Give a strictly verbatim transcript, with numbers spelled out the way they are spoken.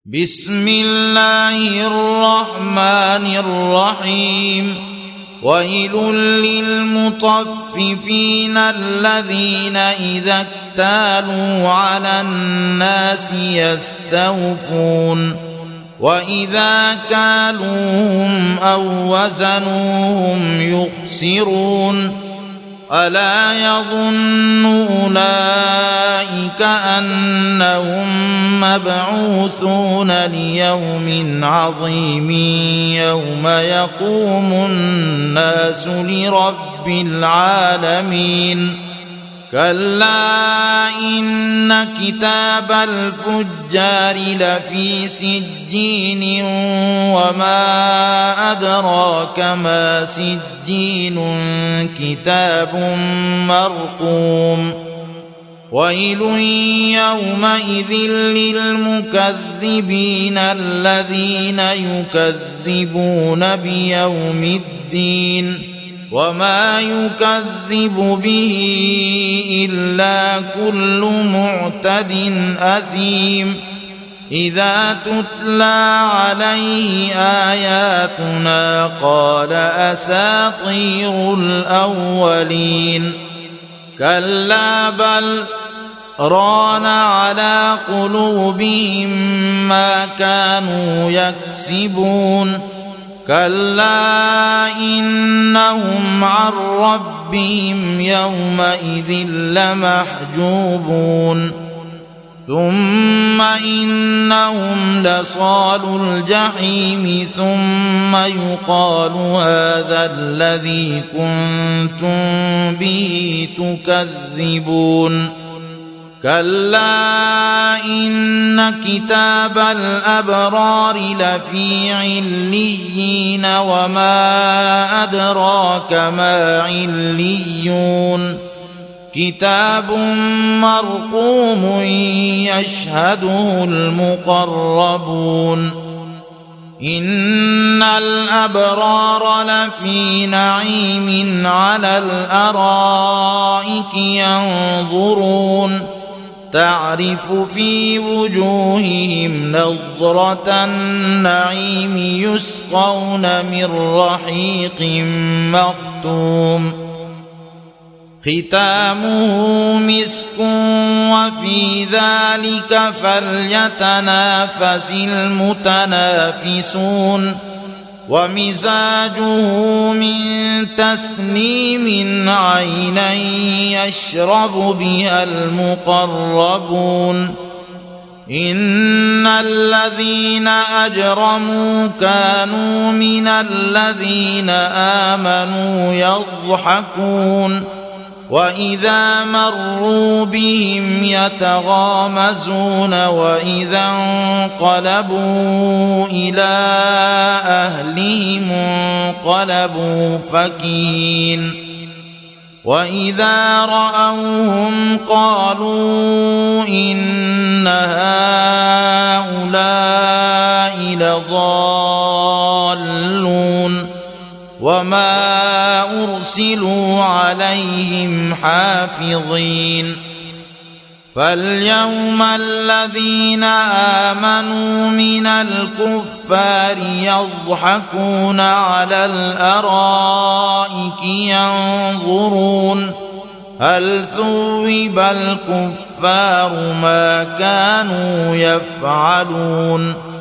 بسم الله الرحمن الرحيم ويل للمطففين الذين إذا اكتالوا على الناس يستوفون وإذا كالوهم أو وزنوهم يخسرون ألا يظن أولئك أنهم مبعوثون ليوم عظيم يوم يقوم الناس لرب العالمين كلا إن كتاب الفجار لفي سجين وما أدراك ما سجين كتاب مرقوم ويل يومئذ للمكذبين الذين يكذبون بيوم الدين وما يكذب به إلا كل معتد أثيم إذا تتلى عليه آياتنا قال أساطير الأولين كلا بل ران على قلوبهم ما كانوا يكسبون كلا إنهم عن ربهم يومئذ لمحجوبون ثم إنهم لصالوا الجحيم ثم يقال هذا الذي كنتم به تكذبون كلا إن كتاب الأبرار لفي عليين وما أدراك ما عليون كتاب مرقوم يشهده المقربون إن الأبرار لفي نعيم على الأرائك ينظرون تعرف في وجوههم نضرة النعيم يسقون من رحيق مختوم ختامه مسك وفي ذلك فليتنافس المتنافسون ومزاجه من تسنيم عينا يشرب بها المقربون إن الذين أجرموا كانوا من الذين آمنوا يضحكون وإذا مروا بهم يتغامزون وإذا انقلبوا إلى أهلهم انقلبوا فكين وإذا رأوهم قالوا إن هؤلاء لضالون وما أرسلوا عليهم حافظين فاليوم الذين آمنوا من الكفار يضحكون على الأرائك ينظرون هل ثوب الكفار ما كانوا يفعلون